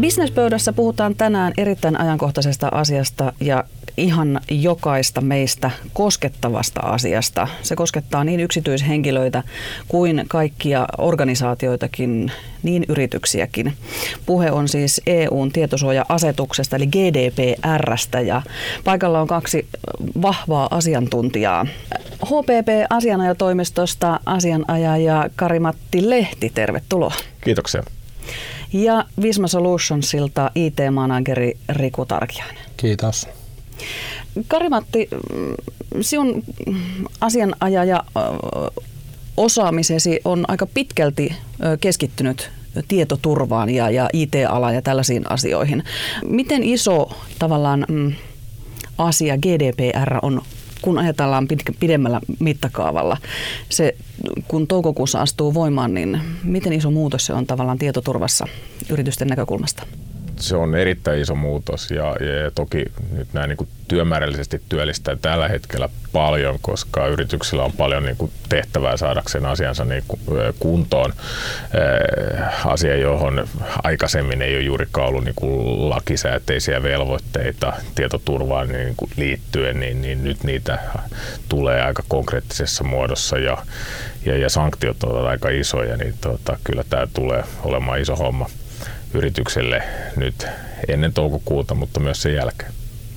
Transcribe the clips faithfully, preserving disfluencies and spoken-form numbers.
Businesspöydässä puhutaan tänään erittäin ajankohtaisesta asiasta ja ihan jokaista meistä koskettavasta asiasta. Se koskettaa niin yksityishenkilöitä kuin kaikkia organisaatioitakin, niin yrityksiäkin. Puhe on siis E U:n tietosuoja-asetuksesta eli G D P R:stä ja paikalla on kaksi vahvaa asiantuntijaa. H P P-asianajotoimistosta asianajaja Kari-Matti Lehti, tervetuloa. Kiitoksia. Ja Visma Solutionsilta I T-manageri Riku Tarkiainen. Kiitos. Kari-Matti, sinun asianajaja osaamisesi on aika pitkälti keskittynyt tietoturvaan ja, ja I T-alaan ja tällaisiin asioihin. Miten iso tavallaan mm, asia G D P R on, kun ajatellaan pidemmällä mittakaavalla? Se, kun toukokuussa astuu voimaan, niin miten iso muutos se on tavallaan tietoturvassa yritysten näkökulmasta? Se on erittäin iso muutos ja, ja toki nyt nämä niin kuin työmäärällisesti työllistää tällä hetkellä paljon, koska yrityksillä on paljon niin kuin tehtävää saadakseen asiansa niin kuin kuntoon. Äh, asia, johon aikaisemmin ei ole juurikaan ollut niin kuin lakisääteisiä velvoitteita tietoturvaan niin kuin liittyen, niin, niin nyt niitä tulee aika konkreettisessa muodossa ja, ja, ja sanktiot ovat aika isoja, niin tota, kyllä tämä tulee olemaan iso homma yritykselle nyt ennen toukokuuta, mutta myös sen jälkeen.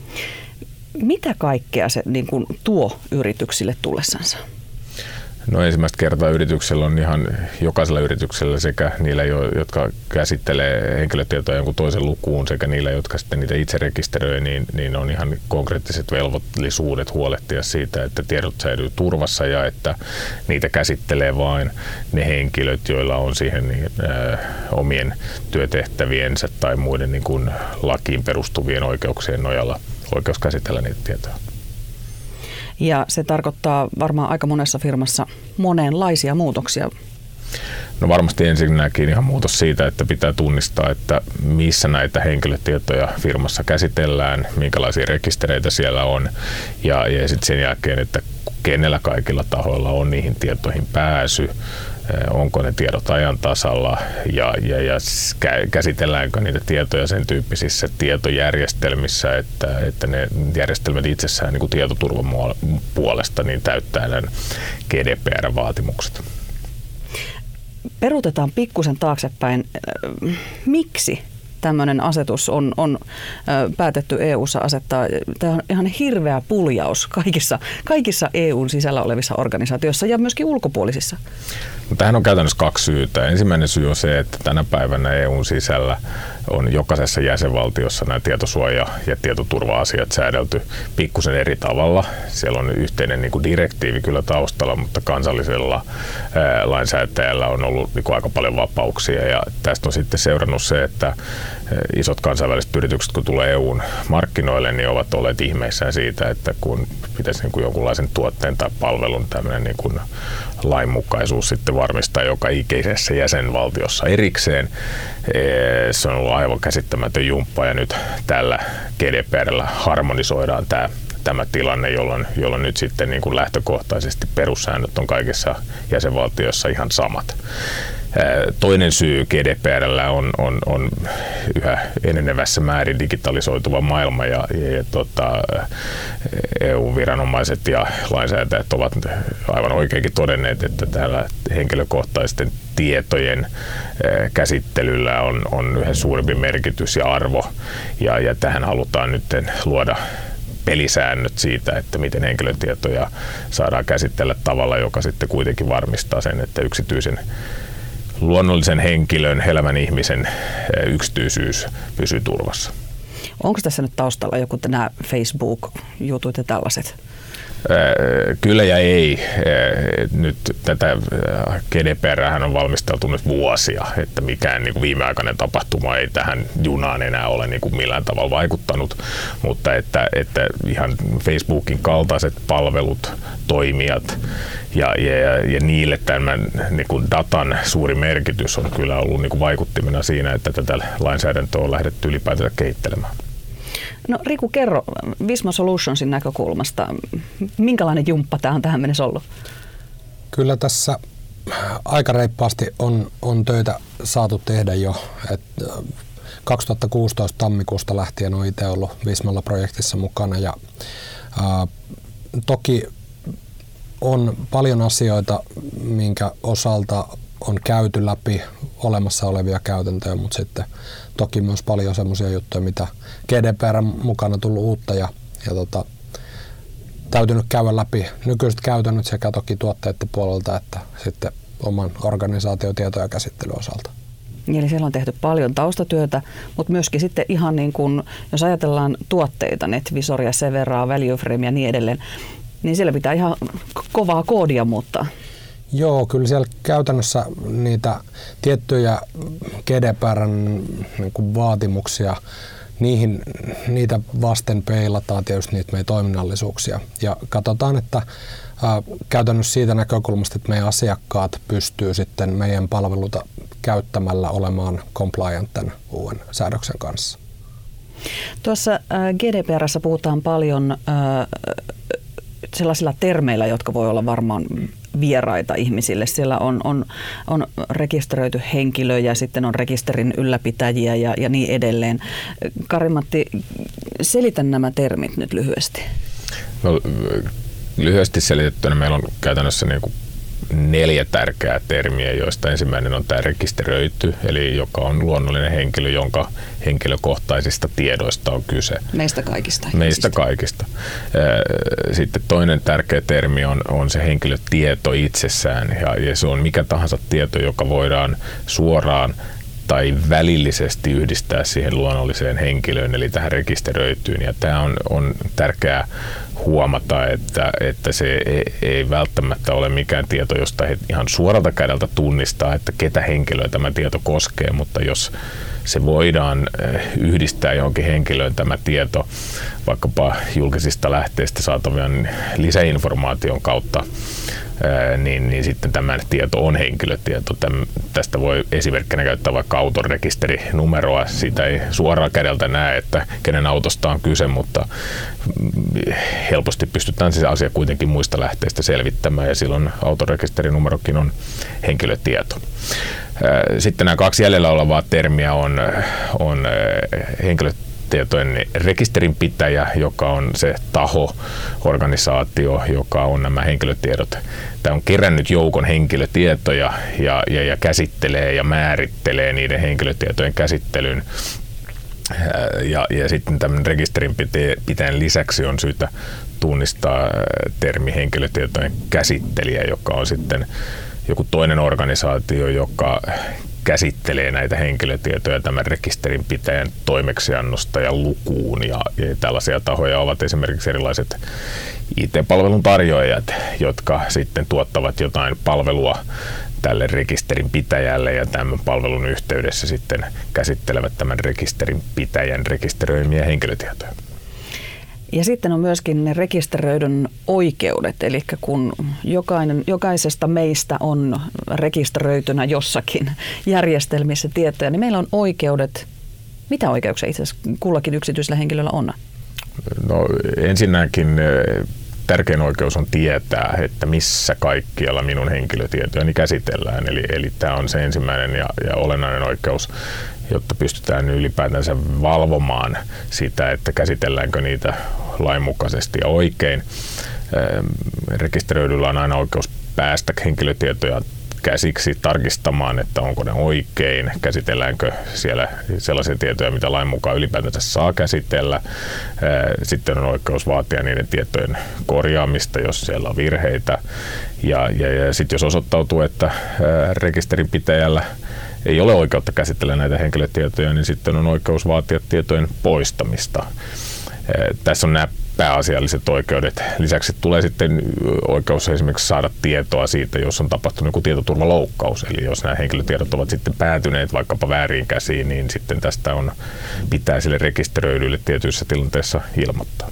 Mitä kaikkea se niin kuin tuo yrityksille tullessansa? No ensimmäistä kertaa yrityksellä on ihan jokaisella yrityksellä sekä niillä, jotka käsittelee henkilötietoja jonkun toisen lukuun sekä niillä, jotka sitten niitä itse rekisteröi, niin, niin on ihan konkreettiset velvollisuudet huolehtia siitä, että tiedot säilyy turvassa ja että niitä käsittelee vain ne henkilöt, joilla on siihen niin, äh, omien työtehtäviensä tai muiden niin kuin lakiin perustuvien oikeuksien nojalla oikeus käsitellä niitä tietoja. Ja se tarkoittaa varmaan aika monessa firmassa monenlaisia muutoksia. No varmasti ensinnäkin ihan muutos siitä, että pitää tunnistaa, että missä näitä henkilötietoja firmassa käsitellään, minkälaisia rekistereitä siellä on ja, ja sitten sen jälkeen, että kenellä kaikilla tahoilla on niihin tietoihin pääsy, onko ne tiedot ajan tasalla ja, ja, ja käsitelläänkö niitä tietoja sen tyyppisissä tietojärjestelmissä, että, että ne järjestelmät itsessään niin kuin tietoturvan puolesta niin täyttää nämä G D P R-vaatimukset. Peruutetaan pikkusen taaksepäin. Miksi tämmöinen asetus on, on päätetty E U:ssa asettaa? Tämä on ihan hirveä puljaus kaikissa, kaikissa E U:n sisällä olevissa organisaatioissa ja myöskin ulkopuolisissa. No, tähän on käytännössä kaksi syytä. Ensimmäinen syy on se, että tänä päivänä E U:n sisällä on jokaisessa jäsenvaltiossa nämä tietosuoja- ja tietoturva-asiat säädelty pikkusen eri tavalla. Siellä on yhteinen niin kuin direktiivi kyllä taustalla, mutta kansallisella ää, lainsäätäjällä on ollut niin kuin aika paljon vapauksia. Ja tästä on sitten seurannut se, että isot kansainväliset yritykset, kun tulee E U:n markkinoille, niin ovat olleet ihmeissään siitä, että kun pitäisi niin kuin jonkunlaisen tuotteen tai palvelun tämmöinen niin kuin lainmukaisuus sitten varmistaa joka ikisessä jäsenvaltiossa erikseen. Se on ollut aivan käsittämätön jumppa ja nyt tällä G D P R:llä harmonisoidaan tämä, tämä tilanne, jolloin, jolloin nyt sitten niin kuin lähtökohtaisesti perussäännöt on kaikissa jäsenvaltioissa ihan samat. Toinen syy G D P R:llä on, on, on yhä enenevässä määrin digitalisoituva maailma ja, ja, ja tota, E U-viranomaiset ja lainsäätäjät ovat aivan oikeinkin todenneet, että täällä henkilökohtaisten tietojen käsittelyllä on, on yhä suurempi merkitys ja arvo ja, ja tähän halutaan nyt luoda pelisäännöt siitä, että miten henkilötietoja saadaan käsitellä tavalla, joka sitten kuitenkin varmistaa sen, että yksityisen luonnollisen henkilön, elävän ihmisen yksityisyys pysyy turvassa. Onko tässä nyt taustalla joku nämä Facebook-jutut ja tällaiset? Kyllä ja ei. Nyt tätä G D P R:hän on valmisteltu nyt vuosia, että mikään niin kuin viimeaikainen tapahtuma ei tähän junaan enää ole niin kuin millään tavalla vaikuttanut, mutta että, että ihan Facebookin kaltaiset palvelut, toimijat ja, ja, ja niille tämän niin kuin datan suuri merkitys on kyllä ollut niin kuin vaikuttimena siinä, että tätä lainsäädäntöä on lähdetty ylipäätään kehittelemään. No Riku, kerro Visma Solutionsin näkökulmasta, minkälainen jumppa tämä on tähän mennessä ollut? Kyllä tässä aika reippaasti on, on töitä saatu tehdä jo. Et kaksituhattakuusitoista tammikuusta lähtien olen itse ollut Vismalla-projektissa mukana ja ää, toki on paljon asioita, minkä osalta on käyty läpi olemassa olevia käytäntöjä, mutta sitten toki myös paljon semmoisia juttuja, mitä G D P R mukana tullut uutta ja, ja tota, täytynyt käydä läpi nykyiset käytännöt sekä toki tuotteiden puolelta että sitten oman organisaatiotietoja käsittelyn osalta. Eli siellä on tehty paljon taustatyötä, mutta myöskin sitten ihan niin kuin, jos ajatellaan tuotteita, NetVisoria, Severaa, ValueFrame ja niin edelleen, niin siellä pitää ihan kovaa koodia muuttaa. Joo, kyllä siellä käytännössä niitä tiettyjä G D P R:n niin kuin vaatimuksia, niihin, niitä vasten peilataan tietysti niitä meidän toiminnallisuuksia. Ja katsotaan, että ää, käytännössä siitä näkökulmasta, että meidän asiakkaat pystyy sitten meidän palveluita käyttämällä olemaan compliant tämän uuden säädöksen kanssa. Tuossa G D P R:ssä puhutaan paljon ää, sellaisilla termeillä, jotka voi olla varmaan vieraita ihmisille. Siellä on, on, on rekisteröity henkilö ja sitten on rekisterin ylläpitäjiä ja, ja niin edelleen. Kari-Matti, selitän nämä termit nyt lyhyesti. No, lyhyesti selitettynä meillä on käytännössä niin kuin neljä tärkeää termiä, joista ensimmäinen on tämä rekisteröity, eli joka on luonnollinen henkilö, jonka henkilökohtaisista tiedoista on kyse. Meistä kaikista. Meistä kaikista. Sitten toinen tärkeä termi on, on se henkilötieto itsessään, ja, ja se on mikä tahansa tieto, joka voidaan suoraan tai välillisesti yhdistää siihen luonnolliseen henkilöön, eli tähän rekisteröityyn. Ja tämä on, on tärkeää huomata, että, että se ei, ei välttämättä ole mikään tieto, josta he ihan suoralta kädeltä tunnistaa, että ketä henkilöä tämä tieto koskee, mutta jos se voidaan yhdistää johonkin henkilöön tämä tieto vaikkapa julkisista lähteistä saatavan lisäinformaation kautta, Niin, niin sitten tämä tieto on henkilötieto. Täm, tästä voi esimerkkinä käyttää vaikka auton rekisterinumeroa. Siitä ei suoraan kädeltä näe, että kenen autosta on kyse, mutta helposti pystytään se asia kuitenkin muista lähteistä selvittämään ja silloin auton rekisterinumerokin on henkilötieto. Sitten nämä kaksi jäljellä olevaa termiä on, on henkilötieto. Tietojen rekisterinpitäjä, joka on se taho, organisaatio, joka on nämä henkilötiedot. Tämä on kerännyt joukon henkilötietoja ja, ja, ja käsittelee ja määrittelee niiden henkilötietojen käsittelyn. Ja, ja sitten tämän rekisterinpitäjän lisäksi on syytä tunnistaa termi henkilötietojen käsittelijä, joka on sitten joku toinen organisaatio, joka käsittelee näitä henkilötietoja tämän rekisterinpitäjän toimeksiannosta ja lukuun. Ja, ja tällaisia tahoja ovat esimerkiksi erilaiset I T-palvelun tarjoajat, jotka sitten tuottavat jotain palvelua tälle rekisterinpitäjälle ja tämän palvelun yhteydessä sitten käsittelevät tämän rekisterinpitäjän rekisteröimiä henkilötietoja. Ja sitten on myöskin ne rekisteröidyn oikeudet, eli kun jokainen, jokaisesta meistä on rekisteröitynä jossakin järjestelmissä tietoja, niin meillä on oikeudet. Mitä oikeuksia itse asiassa kullakin yksityisellä henkilöllä on? No ensinnäkin tärkein oikeus on tietää, että missä kaikkialla minun henkilötietojani käsitellään. Eli, eli tämä on se ensimmäinen ja, ja olennainen oikeus, jotta pystytään ylipäätänsä valvomaan sitä, että käsitelläänkö niitä lainmukaisesti ja oikein. Rekisteröidyllä on aina oikeus päästä henkilötietoja käsiksi tarkistamaan, että onko ne oikein, käsitelläänkö siellä sellaisia tietoja, mitä lain mukaan ylipäätänsä saa käsitellä. Sitten on oikeus vaatia niiden tietojen korjaamista, jos siellä on virheitä. Ja, ja, ja sitten jos osoittautuu, että rekisterinpitäjällä ei ole oikeutta käsitellä näitä henkilötietoja, niin sitten on oikeus vaatia tietojen poistamista. Tässä on nämä pääasialliset oikeudet. Lisäksi tulee sitten oikeus esimerkiksi saada tietoa siitä, jos on tapahtunut joku tietoturvaloukkaus. Eli jos nämä henkilötiedot ovat sitten päätyneet vaikkapa vääriin käsiin, niin sitten tästä on, pitää sille rekisteröidyille tietyissä tilanteissa ilmoittaa.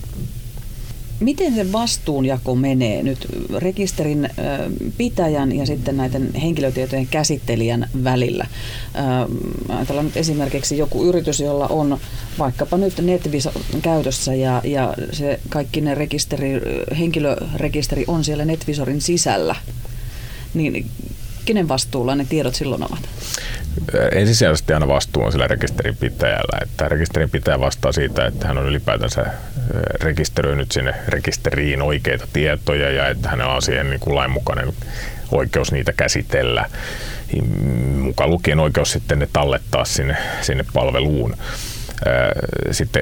Miten se vastuunjako menee nyt rekisterin pitäjän ja sitten näiden henkilötietojen käsittelijän välillä? Ajatellaan nyt esimerkiksi joku yritys, jolla on vaikkapa nyt NetVisor käytössä ja, ja se kaikki ne rekisteri, henkilörekisteri on siellä NetVisorin sisällä. Niin kenen vastuulla ne tiedot silloin ovat? ensisijaisesti aina vastuu on sillä rekisterinpitäjällä, että rekisterinpitäjä vastaa siitä, että hän on ylipäätänsä rekisteröinyt sinne rekisteriin oikeita tietoja ja että hänellä on siihen niin kuin lainmukainen oikeus niitä käsitellä, mukaan lukien oikeus sitten ne tallettaa sinne, sinne palveluun. Sitten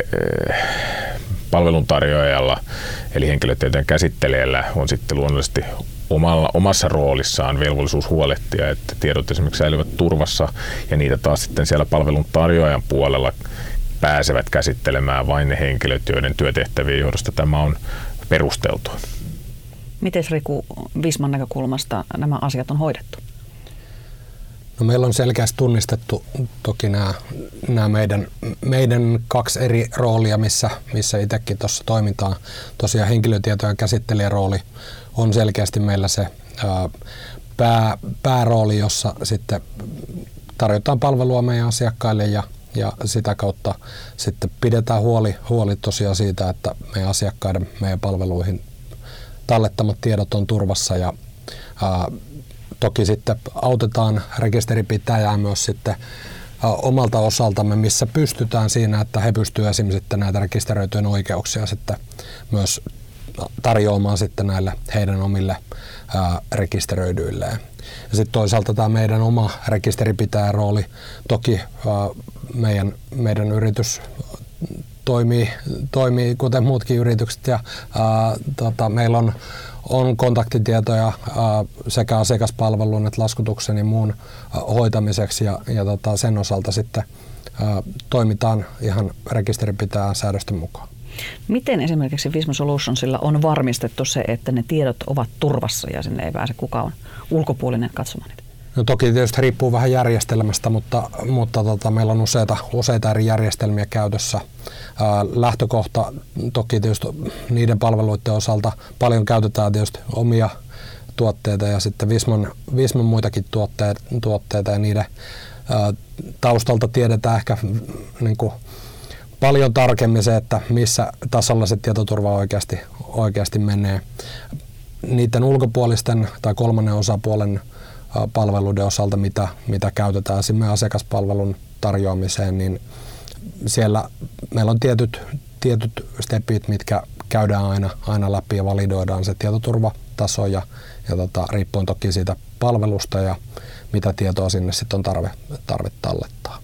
palveluntarjoajalla eli henkilötietojen käsittelijällä on sitten luonnollisesti omalla, omassa roolissaan velvollisuus huolehtia, että tiedot esimerkiksi säilyvät turvassa ja niitä taas sitten siellä palveluntarjoajan puolella pääsevät käsittelemään vain ne henkilöt, joiden työtehtävien johdosta tämä on perusteltua. Miten Riku Visman näkökulmasta nämä asiat on hoidettu? No meillä on selkeästi tunnistettu toki nämä, nämä meidän, meidän kaksi eri roolia, missä, missä itsekin tuossa toimitaan. Tosiaan henkilötietojen käsittelijän rooli on selkeästi meillä se ää, pää, päärooli, jossa sitten tarjotaan palvelua meidän asiakkaille ja, ja sitä kautta sitten pidetään huoli, huoli tosiaan siitä, että meidän asiakkaiden meidän palveluihin tallettamat tiedot on turvassa ja ää, toki sitten autetaan rekisterinpitäjää myös sitten omalta osaltamme, missä pystytään siinä, että he pystyvät esimerkiksi sitten näitä rekisteröityjen oikeuksia sitten myös tarjoamaan sitten näille heidän omille ää, rekisteröidyilleen. Ja sitten toisaalta tämä meidän oma rekisterinpitäjän rooli, toki ää, meidän, meidän yritys toimii, toimii kuten muutkin yritykset ja ää, tota, meillä on on kontaktitietoja ää, sekä asiakaspalvelun että laskutuksen ja muun ää, hoitamiseksi ja, ja tota, sen osalta sitten ää, toimitaan ihan rekisterinpitäjän säädösten mukaan. Miten esimerkiksi Visma Solutionsilla on varmistettu se, että ne tiedot ovat turvassa ja sinne ei pääse kukaan ulkopuolinen katsomaan niitä? No toki tietysti riippuu vähän järjestelmästä, mutta, mutta tota, meillä on useita, useita eri järjestelmiä käytössä. Ää, lähtökohta toki tietysti niiden palveluiden osalta paljon käytetään tietysti omia tuotteita ja sitten Visman, Visman muitakin tuotteita, tuotteita ja niiden ää, taustalta tiedetään ehkä niin kuin paljon tarkemmin se, että missä tasolla se tietoturva oikeasti, oikeasti menee. Niiden ulkopuolisten tai kolmannen osapuolen palveluiden osalta, mitä, mitä käytetään esimerkiksi asiakaspalvelun tarjoamiseen, niin siellä meillä on tietyt, tietyt stepit, mitkä käydään aina, aina läpi ja validoidaan se tietoturvataso ja, ja tota, riippuen toki siitä palvelusta ja mitä tietoa sinne sitten on tarve, tarve tallettaa.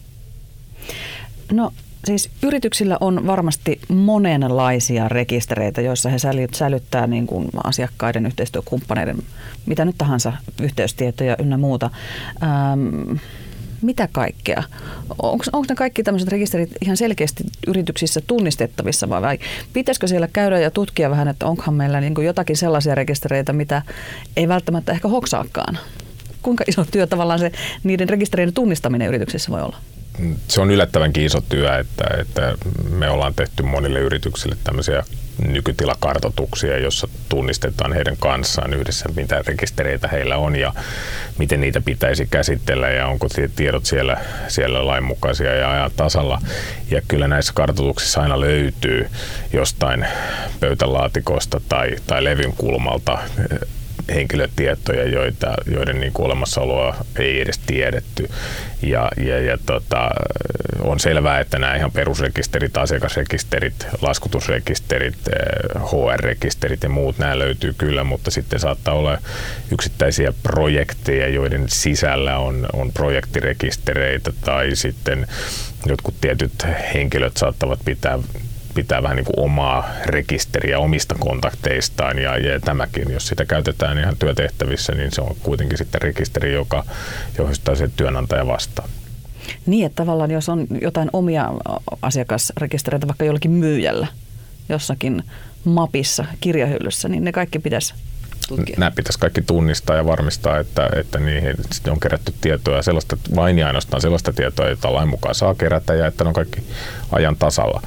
No siis yrityksillä on varmasti monenlaisia rekistereitä, joissa he säilyttää niin kuin asiakkaiden, yhteistyökumppaneiden, mitä nyt tahansa, yhteystietoja ynnä muuta. Ähm, mitä kaikkea? Onko ne kaikki tämmöiset rekisterit ihan selkeästi yrityksissä tunnistettavissa vai, vai pitäisikö siellä käydä ja tutkia vähän, että onkohan meillä niin kuin jotakin sellaisia rekistereitä, mitä ei välttämättä ehkä hoksaakaan? Kuinka iso työ tavallaan se niiden rekistereiden tunnistaminen yrityksissä voi olla? Se on yllättävänkin iso työ, että, että me ollaan tehty monille yrityksille tämmöisiä nykytilakartoituksia, jossa tunnistetaan heidän kanssaan yhdessä, mitä rekistereitä heillä on ja miten niitä pitäisi käsitellä ja onko tiedot siellä, siellä lainmukaisia ja ajan tasalla. Ja kyllä näissä kartoituksissa aina löytyy jostain pöytälaatikosta tai, tai levyn kulmalta henkilötietoja, joita, joiden niin kuin olemassaoloa ei edes tiedetty. Ja, ja, ja tota, on selvää, että nämä ihan perusrekisterit, asiakasrekisterit, laskutusrekisterit, H R-rekisterit ja muut, nämä löytyy kyllä, mutta sitten saattaa olla yksittäisiä projekteja, joiden sisällä on, on projektirekistereitä tai sitten jotkut tietyt henkilöt saattavat pitää pitää vähän niin kuin omaa rekisteriä omista kontakteistaan ja, ja tämäkin, jos sitä käytetään ihan työtehtävissä, niin se on kuitenkin sitten rekisteri, joka, johon se työnantaja vastaa. Niin, että tavallaan jos on jotain omia asiakasrekistereitä vaikka jollakin myyjällä jossakin mapissa, kirjahyllyssä, niin ne kaikki pitäisi tutkia. Nämä pitäisi kaikki tunnistaa ja varmistaa, että, että niihin on kerätty tietoa, sellaista, vain ja ainoastaan sellaista tietoa, jota lain mukaan saa kerätä ja että ne on kaikki ajan tasalla.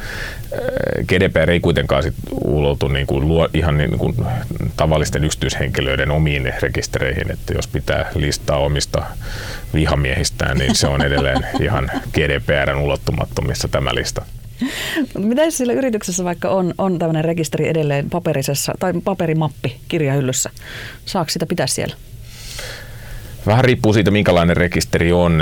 G D P R ei kuitenkaan sit ulotu niin kuin luo, ihan niin kuin tavallisten yksityishenkilöiden omiin rekistereihin, että jos pitää listaa omista vihamiehistään, niin se on edelleen ihan G D P R:n ulottumattomissa tämä lista. Mitä jos sillä yrityksessä vaikka on, on tämmöinen rekisteri edelleen paperisessa tai paperimappi kirjahyllyssä? Saako sitä pitää siellä? Vähän riippuu siitä, minkälainen rekisteri on,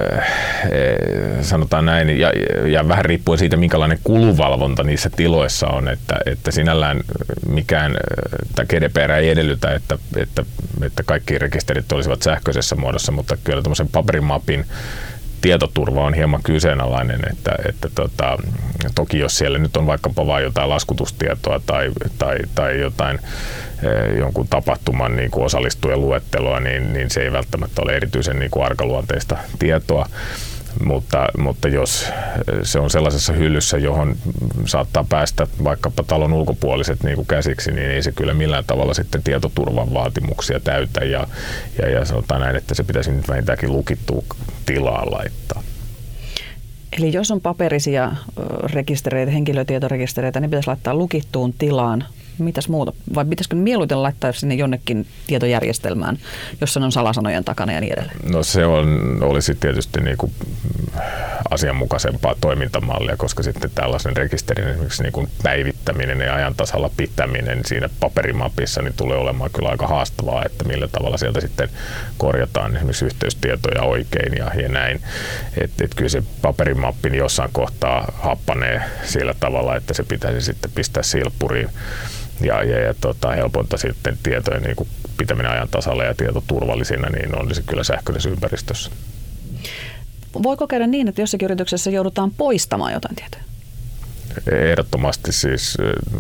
sanotaan näin, ja, ja vähän riippuu siitä, minkälainen kuluvalvonta niissä tiloissa on, että, että sinällään mikään, tai G D P R ei edellytä, että, että, että kaikki rekisterit olisivat sähköisessä muodossa, mutta kyllä tämmöisen paperimapin tietoturva on hieman kyseenalainen, että, että tota, toki jos siellä nyt on vaikkapa vain jotain laskutustietoa tai, tai, tai jotain eh, jonkun tapahtuman niin kuin osallistujan luetteloa, niin, niin se ei välttämättä ole erityisen niin kuin arkaluonteista tietoa. Mutta, mutta jos se on sellaisessa hyllyssä, johon saattaa päästä vaikkapa talon ulkopuoliset niin kuin käsiksi, niin ei se kyllä millään tavalla sitten tietoturvan vaatimuksia täytä. Ja, ja, ja sanotaan näin, että se pitäisi nyt vähintäänkin lukittua tilaa laittaa. Eli jos on paperisia rekistereitä, henkilötietorekistereitä, niin pitäisi laittaa lukittuun tilaan. Mitäs muuta? Vai pitäisikö mieluiten laittaa sinne jonnekin tietojärjestelmään, jossa on salasanojen takana ja niin edelleen? No se on, olisi tietysti niin kuin asianmukaisempaa toimintamallia, koska sitten tällaisen rekisterin esimerkiksi niin kuin päivittäminen ja ajan tasalla pitäminen siinä paperimapissa niin tulee olemaan kyllä aika haastavaa, että millä tavalla sieltä sitten korjataan esimerkiksi yhteystietoja oikein ja, ja näin. Että et kyllä se paperimappi niin jossain kohtaa happanee sillä tavalla, että se pitäisi sitten pistää silppuriin. Ja, ja, ja tota, helpointa sitten tietojen niin kuin pitäminen ajan tasalla ja tietoturvallisina, niin on se kyllä sähköisessä ympäristössä. Voiko käydä niin, että jossakin yrityksessä joudutaan poistamaan jotain tietoja? Ehdottomasti siis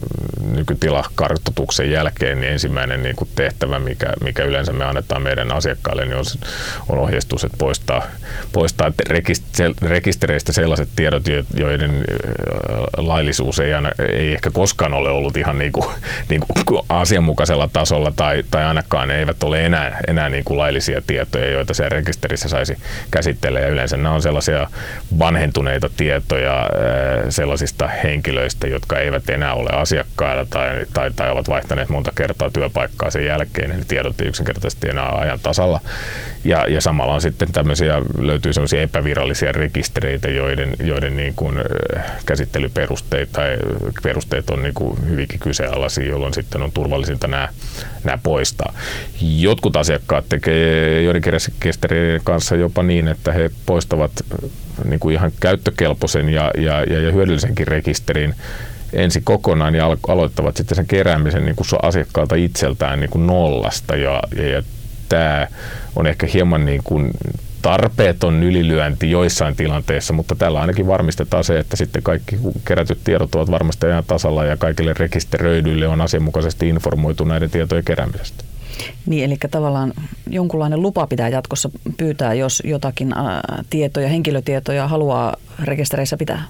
nykytilakartoituksen jälkeen niin ensimmäinen niin kuin tehtävä, mikä, mikä yleensä me annetaan meidän asiakkaille, niin on, on ohjeistus, että poistaa, poistaa rekistereistä sellaiset tiedot, joiden laillisuus ei, aina, ei ehkä koskaan ole ollut ihan niin kuin, niin kuin asianmukaisella tasolla tai, tai ainakaan ne eivät ole enää, enää niin kuin laillisia tietoja, joita siellä rekisterissä saisi käsitellä. Ja yleensä nämä on sellaisia vanhentuneita tietoja sellaisista henkilöistä, jotka eivät enää ole asiakkailla tai, tai, tai ovat vaihtaneet monta kertaa työpaikkaa sen jälkeen, niin tiedot ei yksinkertaisesti enää ajan tasalla. Ja, ja samalla on sitten tämmöisiä, löytyy sellaisia epävirallisia rekistereitä, joiden, joiden niin kuin käsittelyperusteet tai perusteet on niin kuin hyvinkin kyseenalaisia, jolloin sitten on turvallisinta nämä, nämä poistaa. Jotkut asiakkaat tekee joidenkin rekisterien kanssa jopa niin, että he poistavat niin kuin ihan käyttökelpoisen ja, ja, ja hyödyllisenkin rekisterin ensin kokonaan ja aloittavat sitten sen keräämisen niin kuin asiakkaalta itseltään niin kuin nollasta. Ja, ja, ja tämä on ehkä hieman niin kuin tarpeeton ylilyönti joissain tilanteissa, mutta tällä ainakin varmistetaan se, että sitten kaikki kerätyt tiedot ovat varmasti ajan tasalla ja kaikille rekisteröidyille on asianmukaisesti informoitu näiden tietojen keräämisestä. Niin, eli tavallaan jonkunlainen lupa pitää jatkossa pyytää, jos jotakin ää, tietoja, henkilötietoja haluaa rekistereissä pitää?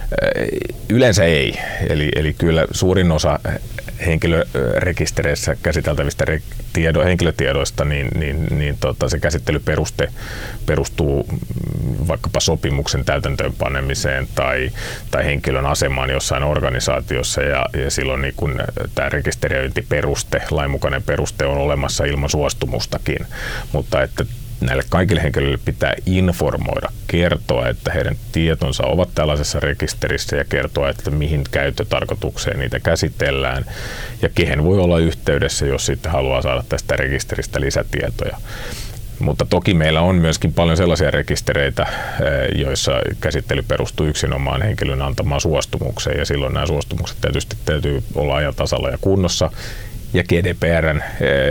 Yleensä ei. Eli, eli kyllä suurin osa henkilörekistereissä käsiteltävistä re, tiedo, henkilötiedoista, niin, niin, niin tota, se käsittelyperuste perustuu vaikkapa sopimuksen täytäntöönpanemiseen tai, tai henkilön asemaan jossain organisaatiossa, ja, ja silloin niin kun tämä rekisteröintiperuste, lainmukainen peruste on olemassa ilman suostumustakin, mutta että näille kaikille henkilöille pitää informoida, kertoa, että heidän tietonsa ovat tällaisessa rekisterissä ja kertoa, että mihin käyttötarkoitukseen niitä käsitellään ja kehen voi olla yhteydessä, jos sitten haluaa saada tästä rekisteristä lisätietoja. Mutta toki meillä on myöskin paljon sellaisia rekistereitä, joissa käsittely perustuu yksinomaan henkilön antamaan suostumukseen ja silloin nämä suostumukset tietysti täytyy olla ajan tasalla ja kunnossa. Ja G D P R,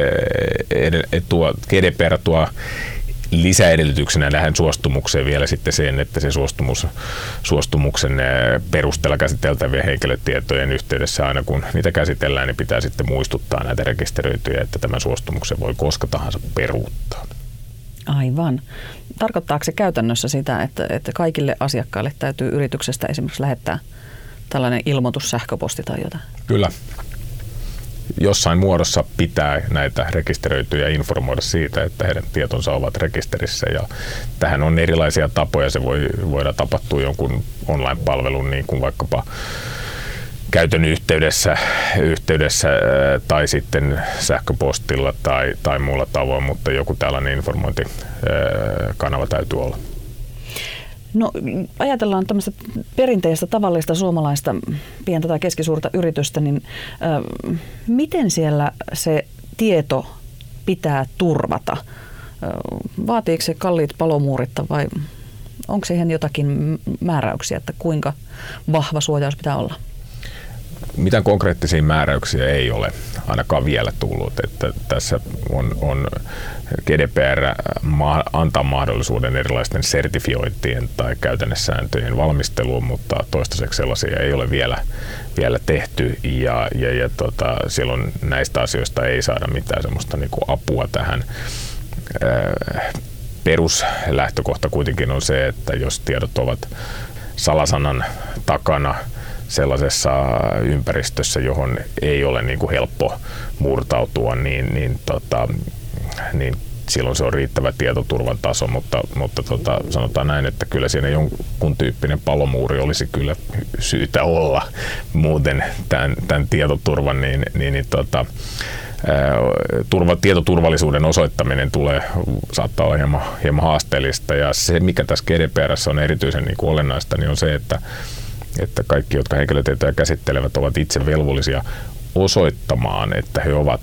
tuo, G D P R tuo lisäedellytyksenä tähän suostumukseen vielä sitten sen, että se suostumus, suostumuksen perusteella käsiteltävien henkilötietojen yhteydessä aina kun niitä käsitellään, niin pitää sitten muistuttaa näitä rekisteröityjä, että tämän suostumuksen voi koska tahansa peruuttaa. Aivan. Tarkoittaako se käytännössä sitä, että, että kaikille asiakkaille täytyy yrityksestä esimerkiksi lähettää tällainen ilmoitus, sähköposti tai jotain? Kyllä. Jossain muodossa pitää näitä rekisteröityjä informoida siitä, että heidän tietonsa ovat rekisterissä. Ja tähän on erilaisia tapoja. Se voi voida tapahtua jonkun online-palvelun, niin kuin vaikkapa käytön yhteydessä, yhteydessä tai sitten sähköpostilla tai, tai muulla tavoin, mutta joku tällainen informointikanava täytyy olla. No ajatellaan tämmöistä perinteistä tavallista suomalaista pientä tai keskisuurta yritystä, niin äh, miten siellä se tieto pitää turvata? Vaatiiko se kalliit palomuuritta vai onko siihen jotakin määräyksiä, että kuinka vahva suojaus pitää olla? Mitään konkreettisia määräyksiä ei ole ainakaan vielä tullut. Että tässä on, on G D P R ma- antaa mahdollisuuden erilaisten sertifiointien tai käytännössääntöjen valmisteluun, mutta toistaiseksi sellaisia ei ole vielä, vielä tehty. Ja, ja, ja tota, silloin näistä asioista ei saada mitään semmoista niin kuin apua tähän. Peruslähtökohta kuitenkin on se, että jos tiedot ovat salasanan takana sellaisessa ympäristössä, johon ei ole niin kuin helppo murtautua, niin, niin, tota, niin silloin se on riittävä tietoturvan taso, mutta, mutta tota, sanotaan näin, että kyllä siinä jonkun tyyppinen palomuuri olisi kyllä syytä olla muuten tämän, tämän tietoturvan, niin, niin, niin tota, Turva, tietoturvallisuuden osoittaminen tulee, saattaa olla hieman, hieman haasteellista, ja se mikä tässä G D P R:ssä on erityisen niin kuin olennaista, niin on se, että, että kaikki, jotka henkilötietoja käsittelevät, ovat itse velvollisia osoittamaan, että he ovat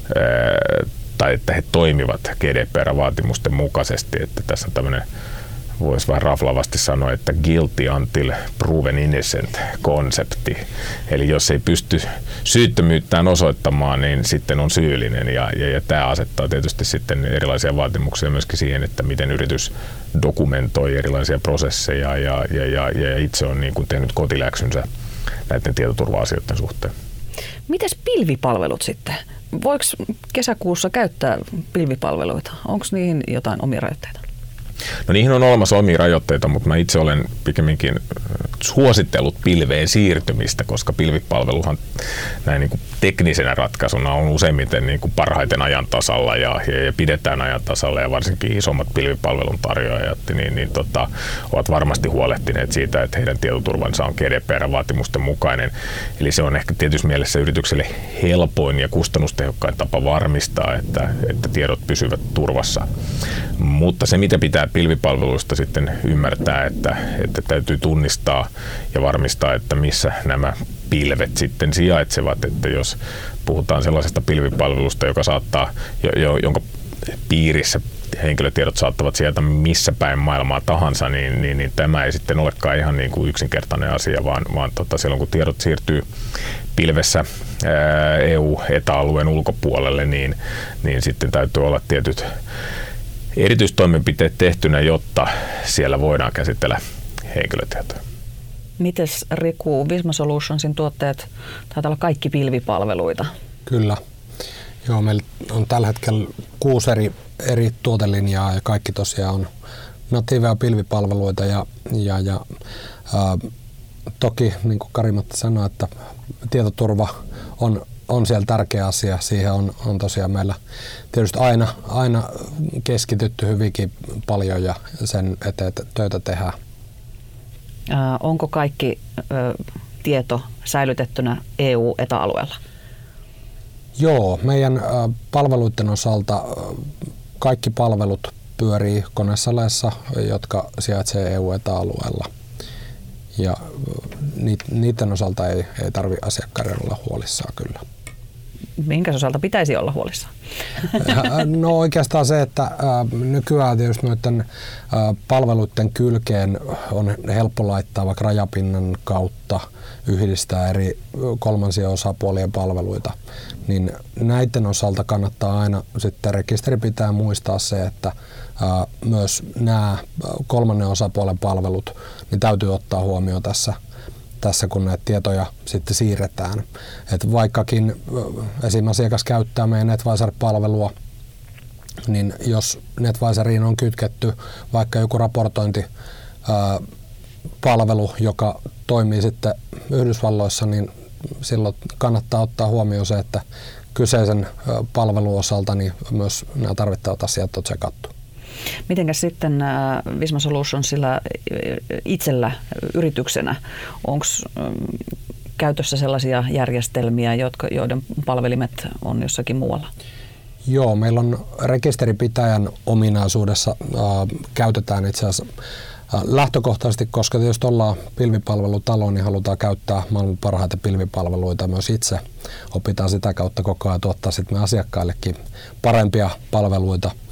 tai että he toimivat G D P R-vaatimusten mukaisesti, että tässä on tämmöinen, voisi vähän raflavasti sanoa, että guilty until proven innocent -konsepti. Eli jos ei pysty syyttömyyttään osoittamaan, niin sitten on syyllinen. Ja, ja, ja tämä asettaa tietysti sitten erilaisia vaatimuksia myöskin siihen, että miten yritys dokumentoi erilaisia prosesseja. Ja, ja, ja, ja itse on niin kuin tehnyt kotiläksynsä näiden tietoturva-asioiden suhteen. Mites pilvipalvelut sitten? Voiko kesäkuussa käyttää pilvipalveluita? Onko niihin jotain omia rajoitteita? No niihin on olemassa omia rajoitteita, mutta mä itse olen pikemminkin suositellut pilveen siirtymistä, koska pilvipalveluhan näin niin kuin teknisenä ratkaisuna on useimmiten niin kuin parhaiten ajan tasalla ja, ja, ja pidetään ajan tasalla, ja varsinkin isommat pilvipalvelun tarjoajat niin, niin tota, ovat varmasti huolehtineet siitä, että heidän tietoturvansa on G D P R-vaatimusten mukainen. Eli se on ehkä tietysti mielessä yritykselle helpoin ja kustannustehokkain tapa varmistaa, että, että tiedot pysyvät turvassa. Mutta se, mitä pitää pilvipalveluista sitten ymmärtää, että, että täytyy tunnistaa ja varmistaa, että missä nämä pilvet sitten sijaitsevat. Että jos puhutaan sellaisesta pilvipalvelusta, joka saattaa, jonka piirissä henkilötiedot saattavat sieltä missä päin maailmaa tahansa, niin, niin, niin tämä ei sitten olekaan ihan niin kuin yksinkertainen asia, vaan, vaan tota, silloin kun tiedot siirtyy pilvessä ää, E U-E T A-alueen ulkopuolelle, niin, niin sitten täytyy olla tietyt erityistoimenpiteet tehtynä, jotta siellä voidaan käsitellä henkilötietoja. Mites Riku, Visma Solutionsin tuotteet taitaa olla kaikki pilvipalveluita? Kyllä. Joo, meillä on tällä hetkellä kuusi eri, eri tuotelinjaa ja kaikki tosiaan on natiiveja pilvipalveluita ja, ja, ja ää, toki niin kuin Kari-Matti sanoi, että tietoturva on on siellä tärkeä asia. Siihen on, on tosiaan meillä tietysti aina, aina keskitytty hyvinkin paljon ja sen eteen töitä tehdään. Ää, onko kaikki ö, tieto säilytettynä E U-E T A-alueella? Joo, meidän ä, palveluiden osalta ä, kaikki palvelut pyörii konesaleissa, jotka sijaitsee E U-E T A-alueella. Ja niiden osalta ei, ei tarvitse asiakkaiden olla huolissaan kyllä. Minkä osalta pitäisi olla huolissaan? No oikeastaan se, että nykyään tietysti noiden palveluiden kylkeen on helppo laittaa vaikka rajapinnan kautta yhdistää eri kolmansien osapuolien palveluita, niin näiden osalta kannattaa aina sitten rekisteri pitää muistaa se, että myös nämä kolmannen osapuolen palvelut niin täytyy ottaa huomioon tässä, tässä kun näitä tietoja sitten siirretään. Et vaikkakin esim. Asiakas käyttää meidän NetVisor-palvelua, niin jos NetVisoriin on kytketty vaikka joku raportointipalvelu, joka toimii sitten Yhdysvalloissa, niin silloin kannattaa ottaa huomioon se, että kyseisen palvelun osalta niin myös nämä tarvittavat asiat on tsekattu. Mitenkäs sitten Visma Solutionsilla itsellä yrityksenä, onko käytössä sellaisia järjestelmiä, jotka, joiden palvelimet on jossakin muualla? Joo, meillä on rekisterinpitäjän ominaisuudessa äh, käytetään itse asiassa äh, lähtökohtaisesti, koska tietysti ollaan pilvipalvelutalo, niin halutaan käyttää maailman parhaita pilvipalveluita myös itse. Opitaan sitä kautta koko ajan tuottaa sitten me asiakkaillekin parempia palveluita.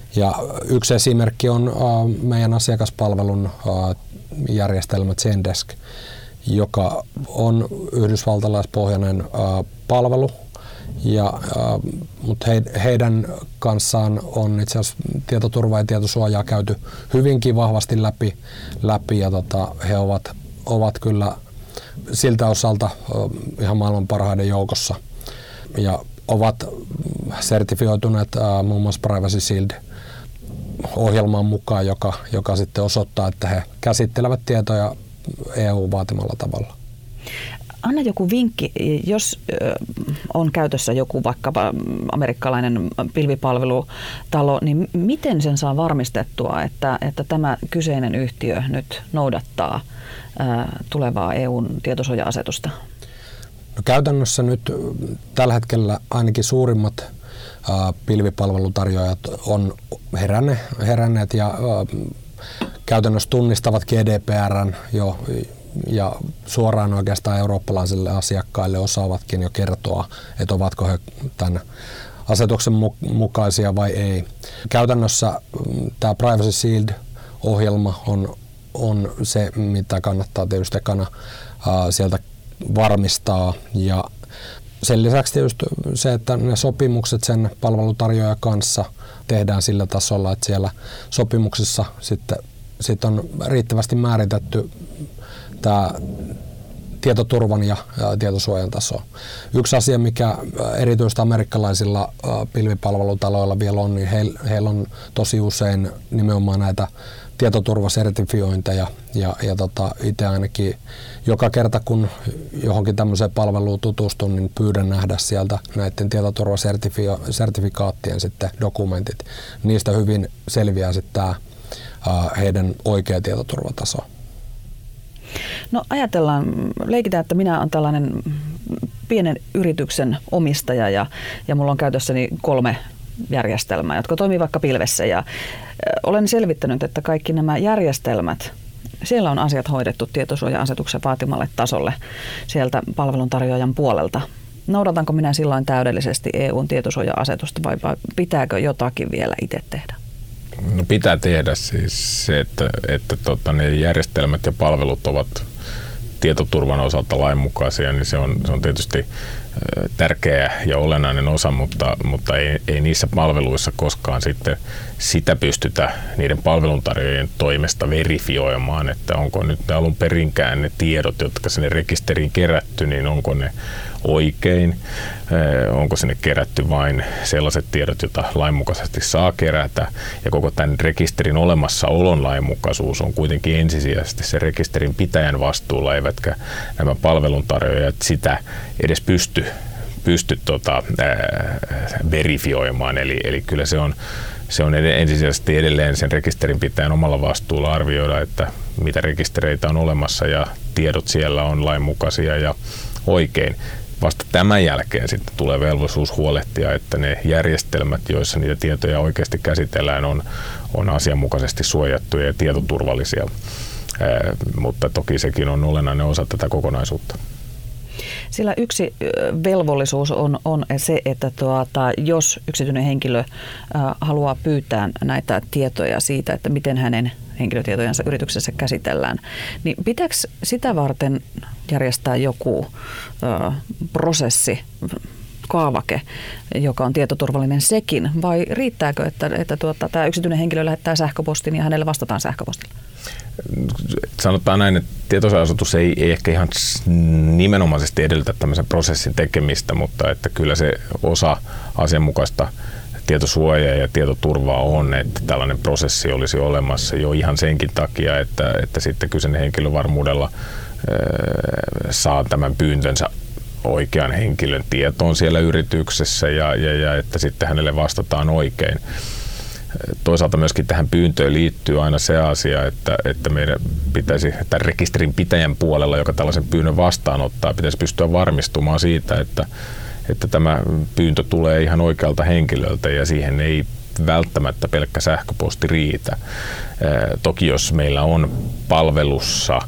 Ja yksi esimerkki on meidän asiakaspalvelun järjestelmä Zendesk, joka on yhdysvaltalaispohjainen palvelu. Ja, mutta he, heidän kanssaan on itse asiassa tietoturvaa ja tietosuojaa käyty hyvinkin vahvasti läpi, läpi ja tota, he ovat, ovat kyllä siltä osalta ihan maailman parhaiden joukossa ja ovat sertifioituneet uh, muun muassa Privacy Shield-ohjelmaan mukaan, joka, joka sitten osoittaa, että he käsittelevät tietoja E U-vaatimalla tavalla. Anna joku vinkki, jos on käytössä joku vaikkapa amerikkalainen pilvipalvelutalo, niin miten sen saa varmistettua, että, että tämä kyseinen yhtiö nyt noudattaa ää, tulevaa E U:n tietosuoja-asetusta? No käytännössä nyt tällä hetkellä ainakin suurimmat ää, pilvipalvelutarjoajat on heränne, heränneet ja ää, käytännössä tunnistavat G D P R:n jo ja suoraan oikeastaan eurooppalaisille asiakkaille osaavatkin jo kertoa, että ovatko he tämän asetuksen mukaisia vai ei. Käytännössä tämä Privacy Shield-ohjelma on, on se, mitä kannattaa tietysti ekana ää, sieltä varmistaa. Ja sen lisäksi tietysti se, että ne sopimukset sen palvelutarjoajan kanssa tehdään sillä tasolla, että siellä sopimuksessa sitten, sitten on riittävästi määritetty tämä tietoturvan ja, ja tietosuojan taso. Yksi asia, mikä erityisesti amerikkalaisilla pilvipalvelutaloilla vielä on, niin heillä heil on tosi usein nimenomaan näitä tietoturvasertifiointeja ja, ja tota, itse ainakin joka kerta kun johonkin tämmöiseen palveluun tutustun, niin pyydän nähdä sieltä näiden tietoturvasertifikaattien sitten dokumentit. Niistä hyvin selviää sitten tämä heidän oikea tietoturvataso. No ajatellaan, leikitään, että minä olen tällainen pienen yrityksen omistaja ja, ja mulla on käytössäni kolme järjestelmää, jotka toimii vaikka pilvessä ja olen selvittänyt, että kaikki nämä järjestelmät, siellä on asiat hoidettu tietosuoja-asetuksen vaatimalle tasolle sieltä palveluntarjoajan puolelta. Noudatanko minä silloin täydellisesti E U:n tietosuoja-asetusta vai pitääkö jotakin vielä itse tehdä? No pitää tehdä siis se, että, että tota, ne järjestelmät ja palvelut ovat tietoturvan osalta lainmukaisia, niin se on, se on tietysti tärkeä ja olennainen osa, mutta, mutta ei, ei niissä palveluissa koskaan sitten sitä pystytä niiden palveluntarjoajien toimesta verifioimaan, että onko nyt alun perinkään ne tiedot, jotka sinne rekisteriin kerätty, niin onko ne oikein, onko sinne kerätty vain sellaiset tiedot, joita lainmukaisesti saa kerätä, ja koko tämän rekisterin olemassaolon lainmukaisuus on kuitenkin ensisijaisesti se rekisterin pitäjän vastuulla, eivätkä nämä palveluntarjoajat sitä edes pysty, pysty tota, ää, verifioimaan, eli, eli kyllä se on Se on ensisijaisesti edelleen sen rekisterinpitäjän omalla vastuulla arvioida, että mitä rekistereitä on olemassa ja tiedot siellä on lainmukaisia ja oikein. Vasta tämän jälkeen sitten tulee velvollisuus huolehtia, että ne järjestelmät, joissa niitä tietoja oikeasti käsitellään, on, on asianmukaisesti suojattuja ja tietoturvallisia. Ää, mutta toki sekin on olennainen osa tätä kokonaisuutta. Sillä yksi velvollisuus on, on se, että tuota, jos yksityinen henkilö äh, haluaa pyytää näitä tietoja siitä, että miten hänen henkilötietojansa yrityksessä käsitellään, niin pitääkö sitä varten järjestää joku äh, prosessi, kaavake, joka on tietoturvallinen sekin, vai riittääkö, että, että tuota, tämä yksityinen henkilö lähettää sähköpostin ja hänelle vastataan sähköpostilla? Sanotaan näin, että tietosuoja-asetus ei, ei ehkä ihan nimenomaisesti edellytä tämmöisen prosessin tekemistä, mutta että kyllä se osa asianmukaista tietosuojaa ja tietoturvaa on, että tällainen prosessi olisi olemassa jo ihan senkin takia, että, että sitten kyseinen henkilö varmuudella saa tämän pyyntönsä oikean henkilön tietoon siellä yrityksessä ja, ja, ja että sitten hänelle vastataan oikein. Toisaalta myöskin tähän pyyntöön liittyy aina se asia, että, että meidän pitäisi tämän rekisterin pitäjän puolella, joka tällaisen pyynnön vastaanottaa, pitäisi pystyä varmistumaan siitä, että, että tämä pyyntö tulee ihan oikealta henkilöltä ja siihen ei välttämättä pelkkä sähköposti riitä. Toki jos meillä on palvelussa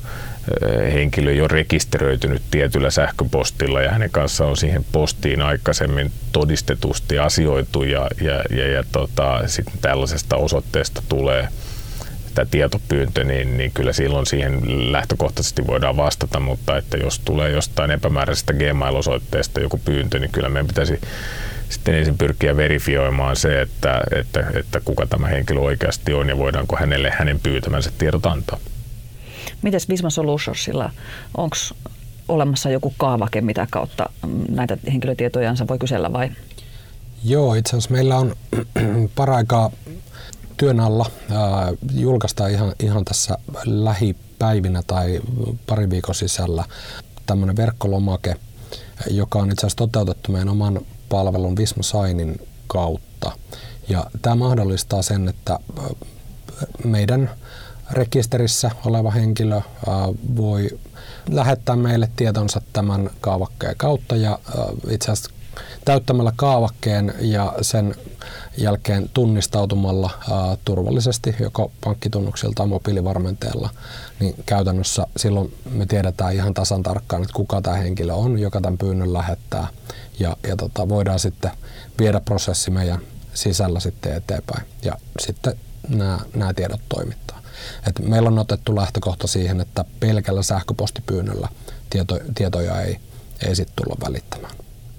henkilö jo rekisteröitynyt tietyllä sähköpostilla ja hänen kanssaan on siihen postiin aikaisemmin todistetusti asioitu ja, ja, ja, ja tota, sitten tällaisesta osoitteesta tulee tämä tietopyyntö, niin, niin kyllä silloin siihen lähtökohtaisesti voidaan vastata, mutta että jos tulee jostain epämääräisestä Gmail-osoitteesta joku pyyntö, niin kyllä meidän pitäisi sitten ensin pyrkiä verifioimaan se, että, että, että kuka tämä henkilö oikeasti on ja voidaanko hänelle hänen pyytämänsä tiedot antaa. Mites Visma Solutionsilla, onko olemassa joku kaavake, mitä kautta näitä henkilötietojansa voi kysellä vai? Joo, itse asiassa meillä on paraikaa työn alla ää, julkaistaan ihan, ihan tässä lähipäivinä tai parin viikon sisällä tämmöinen verkkolomake, joka on itse asiassa toteutettu meidän oman palvelun Visma Signin kautta. Ja tämä mahdollistaa sen, että meidän rekisterissä oleva henkilö ää, voi lähettää meille tietonsa tämän kaavakkeen kautta ja ää, itse asiassa täyttämällä kaavakkeen ja sen jälkeen tunnistautumalla ää, turvallisesti joko pankkitunnuksilta tai mobiilivarmenteella, niin käytännössä silloin me tiedetään ihan tasan tarkkaan, että kuka tämä henkilö on, joka tämän pyynnön lähettää ja, ja tota, voidaan sitten viedä prosessi meidän sisällä sitten eteenpäin ja sitten nämä, nämä tiedot toimittaa. Et meillä on otettu lähtökohta siihen, että pelkällä sähköpostipyynnöllä tieto, tietoja ei, ei sitten tulla välittämään.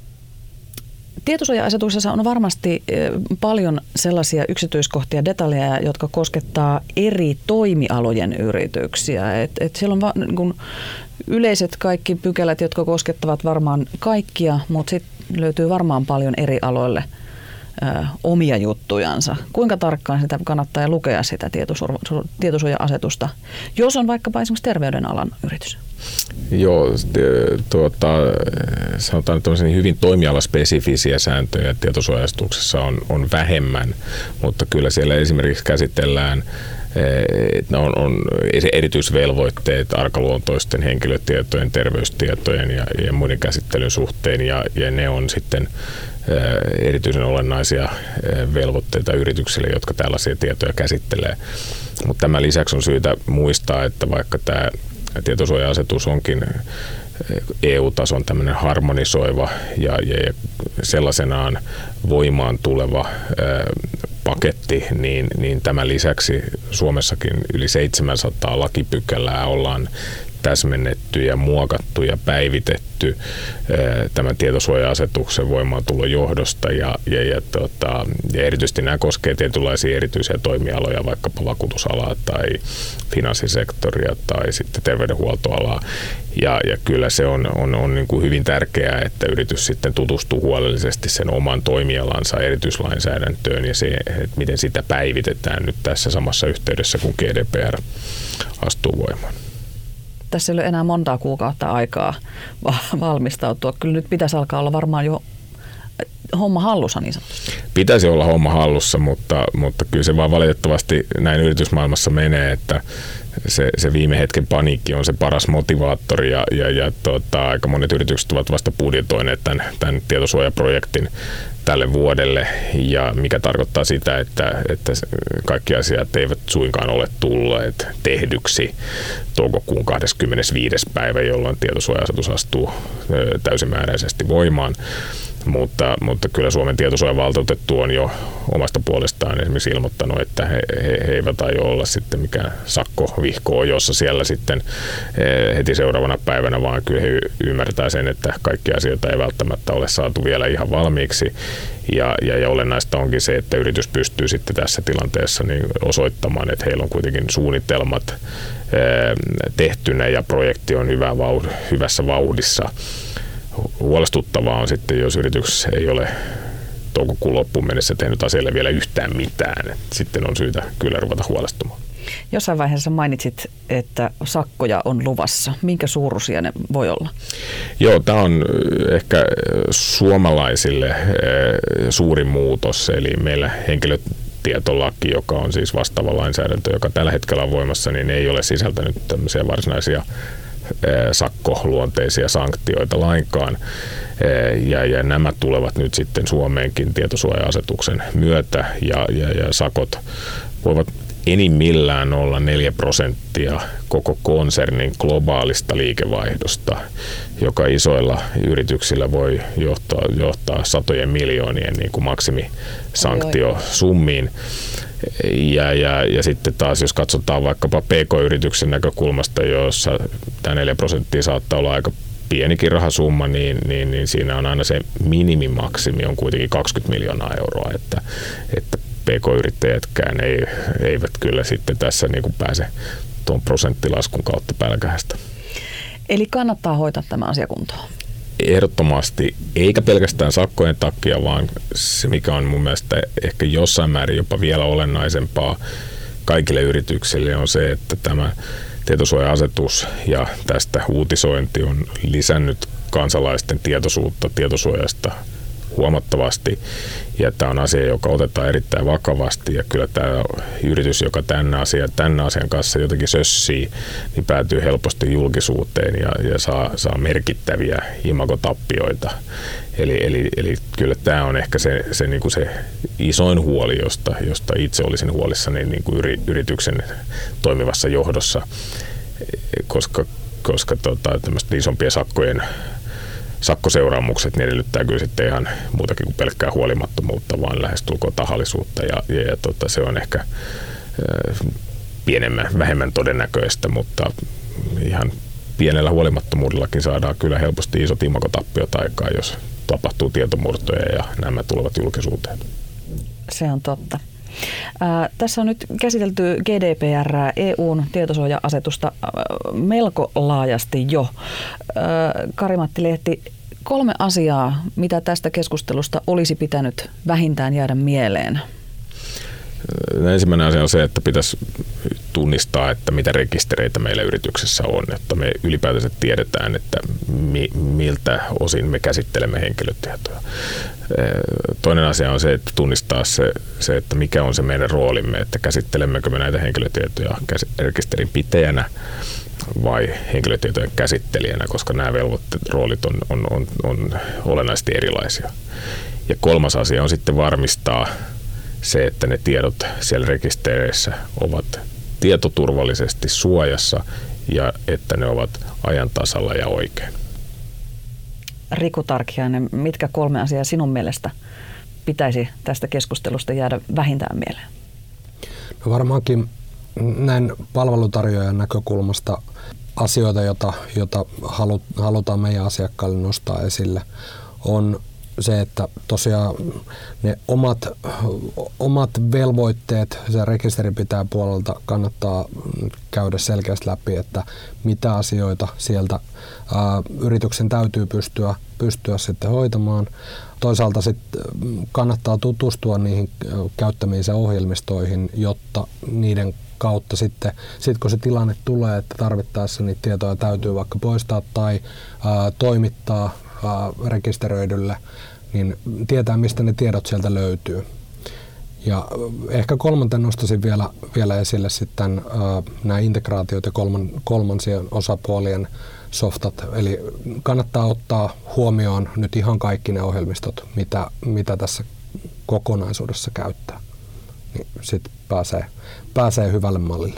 Tietosuoja-asetuksessa on varmasti paljon sellaisia yksityiskohtia, detaljeja, jotka koskettaa eri toimialojen yrityksiä. Et, et siellä on va, niin kun yleiset kaikki pykälät, jotka koskettavat varmaan kaikkia, mutta sitten löytyy varmaan paljon eri aloille ö, omia juttujansa. Kuinka tarkkaan sitä kannattaa lukea sitä tietosuoja-asetusta, jos on vaikkapa esimerkiksi terveydenalan yritys? Joo, tuota, sanotaan, että on hyvin toimialaspesifisiä sääntöjä tietosuoja-asetuksessa on, on vähemmän, mutta kyllä siellä esimerkiksi käsitellään että on, on erityisvelvoitteet arkaluontoisten henkilötietojen, terveystietojen ja, ja muiden käsittelyn suhteen ja, ja ne on sitten erityisen olennaisia velvoitteita yrityksille, jotka tällaisia tietoja käsittelee. Mutta tämän lisäksi on syytä muistaa, että vaikka tämä tietosuoja-asetus onkin E U-tason tämmöinen harmonisoiva ja, ja sellaisenaan voimaan tuleva ää, paketti, niin, niin tämän lisäksi Suomessakin yli seitsemänsataa lakipykälää ollaan täsmennetty ja muokattu ja päivitetty ää, tämän tietosuoja-asetuksen voimaantulon johdosta ja, ja, ja, tota, ja erityisesti nämä koskee tietynlaisia erityisiä toimialoja, vaikkapa vakuutusalaa tai finanssisektoria tai sitten terveydenhuoltoalaa. Ja, ja kyllä se on, on, on niin kuin hyvin tärkeää, että yritys sitten tutustuu huolellisesti sen oman toimialansa erityislainsäädäntöön ja se, että miten sitä päivitetään nyt tässä samassa yhteydessä, kun G D P R astuu voimaan. Tässä ei ole enää montaa kuukautta aikaa valmistautua. Kyllä nyt pitäisi alkaa olla varmaan jo homma hallussa niin sanotusti. Pitäisi olla homma hallussa, mutta, mutta kyllä se vaan valitettavasti näin yritysmaailmassa menee, että se, se viime hetken paniikki on se paras motivaattori ja, ja, ja tota, aika monet yritykset ovat vasta budjetoineet tämän, tämän tietosuojaprojektin tälle vuodelle, ja mikä tarkoittaa sitä, että, että kaikki asiat eivät suinkaan ole tulleet tehdyksi toukokuun kahdeskymmenesviides päivä, jolloin tietosuoja-asetus astuu täysimääräisesti voimaan. Mutta, mutta kyllä Suomen tietosuojavaltuutettu on jo omasta puolestaan esimerkiksi ilmoittanut, että he, he, he eivät aio olla sitten mikään sakkovihko, jossa siellä sitten heti seuraavana päivänä, vaan kyllä he ymmärtää sen, että kaikki asioita ei välttämättä ole saatu vielä ihan valmiiksi. Ja, ja, ja olennaista onkin se, että yritys pystyy sitten tässä tilanteessa niin osoittamaan, että heillä on kuitenkin suunnitelmat tehtynä ja projekti on hyvä vauh, hyvässä vauhdissa. Huolestuttavaa on sitten, jos yritys ei ole toukokuun loppuun mennessä tehnyt asialle vielä yhtään mitään. Sitten on syytä kyllä ruveta huolestumaan. Jossain vaiheessa mainitsit, että sakkoja on luvassa. Minkä suuruisia ne voi olla? Joo, tämä on ehkä suomalaisille suuri muutos. Eli meillä henkilötietolaki, joka on siis vastaava lainsäädäntö, joka tällä hetkellä on voimassa, niin ei ole sisältänyt tämmöisiä varsinaisia sakkoluonteisia sanktioita lainkaan. Ja, ja nämä tulevat nyt sitten Suomeenkin tietosuoja-asetuksen myötä ja, ja, ja sakot voivat enimmillään nolla pilkku neljä prosenttia koko konsernin globaalista liikevaihdosta, joka isoilla yrityksillä voi johtaa, johtaa satojen miljoonien niin kuin maksimisanktiosummiin. Ja, ja, ja sitten taas, jos katsotaan vaikkapa P K-yrityksen näkökulmasta, jossa tämä neljä prosenttia saattaa olla aika pienikin rahasumma, niin, niin, niin siinä on aina se minimimaksimi on kuitenkin kaksikymmentä miljoonaa euroa, että, että P K-yrittäjätkään ei, eivät kyllä sitten tässä niin kuin pääse tuon prosenttilaskun kautta pälkähästä. Eli kannattaa hoitaa tämä asia kuntoon? Ehdottomasti, eikä pelkästään sakkojen takia, vaan se mikä on mun mielestä ehkä jossain määrin jopa vielä olennaisempaa kaikille yrityksille on se, että tämä tietosuoja-asetus ja tästä uutisointi on lisännyt kansalaisten tietoisuutta tietosuojasta huomattavasti. Ja tämä on asia, joka otetaan erittäin vakavasti ja kyllä tämä yritys, joka tämän asian, tämän asian kanssa jotenkin sössii, niin päätyy helposti julkisuuteen ja, ja saa, saa merkittäviä imagotappioita. Eli, eli, eli kyllä tämä on ehkä se, se, niin kuin se isoin huoli, josta, josta itse olisin huolissani niin kuin yrityksen toimivassa johdossa, koska, koska tota, tämmöistä isompia sakkojen sakkoseuraamukset niin edellyttää kyllä sitten ihan muutakin kuin pelkkää huolimattomuutta, vaan lähestulkoon tahallisuutta ja, ja, ja tota, se on ehkä äh, pienemmän, vähemmän todennäköistä, mutta ihan pienellä huolimattomuudellakin saadaan kyllä helposti isot imagotappiot aikaan, jos tapahtuu tietomurtoja ja nämä tulevat julkisuuteen. Se on totta. Ää, tässä on nyt käsitelty G D P R, E U:n tietosuoja-asetusta melko laajasti jo. Ää, Kari-Matti Lehti, kolme asiaa, mitä tästä keskustelusta olisi pitänyt vähintään jäädä mieleen. Ensimmäinen asia on se, että pitäisi tunnistaa, että mitä rekistereitä meillä yrityksessä on, että me ylipäätänsä tiedetään, että mi, miltä osin me käsittelemme henkilötietoja. Toinen asia on se, että tunnistaa se, se, että mikä on se meidän roolimme, että käsittelemmekö me näitä henkilötietoja rekisterin pitäjänä vai henkilötietojen käsittelijänä, koska nämä velvoitteet, roolit on, on, on, on olennaisesti erilaisia. Ja kolmas asia on sitten varmistaa se, että ne tiedot siellä rekistereissä ovat tietoturvallisesti suojassa ja että ne ovat ajan tasalla ja oikein. Riku Tarkiainen, mitkä kolme asiaa sinun mielestä pitäisi tästä keskustelusta jäädä vähintään mieleen? No varmaankin näin palvelutarjoajan näkökulmasta asioita, joita, joita halutaan meidän asiakkaille nostaa esille, on se, että tosiaan ne omat, omat velvoitteet sen rekisterinpitäjän puolelta kannattaa käydä selkeästi läpi, että mitä asioita sieltä ää, yrityksen täytyy pystyä, pystyä sitten hoitamaan. Toisaalta sitten kannattaa tutustua niihin käyttämiinsä ohjelmistoihin, jotta niiden kautta sitten, sit kun se tilanne tulee, että tarvittaessa niitä tietoja täytyy vaikka poistaa tai ää, toimittaa rekisteröidylle, niin tietää, mistä ne tiedot sieltä löytyy. Ja ehkä kolmanten nostaisin vielä, vielä esille sitten äh, nämä integraatiot ja kolman, kolmansien osapuolien softat. Eli kannattaa ottaa huomioon nyt ihan kaikki ne ohjelmistot, mitä, mitä tässä kokonaisuudessa käyttää. Niin sitten pääsee, pääsee hyvälle mallille.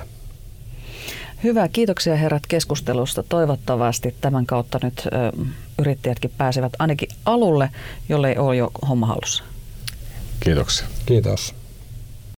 Hyvä, kiitoksia herrat keskustelusta. Toivottavasti tämän kautta nyt ö, yrittäjätkin pääsevät ainakin alulle, jollei ole jo homma hallussa. Kiitoksia. Kiitos.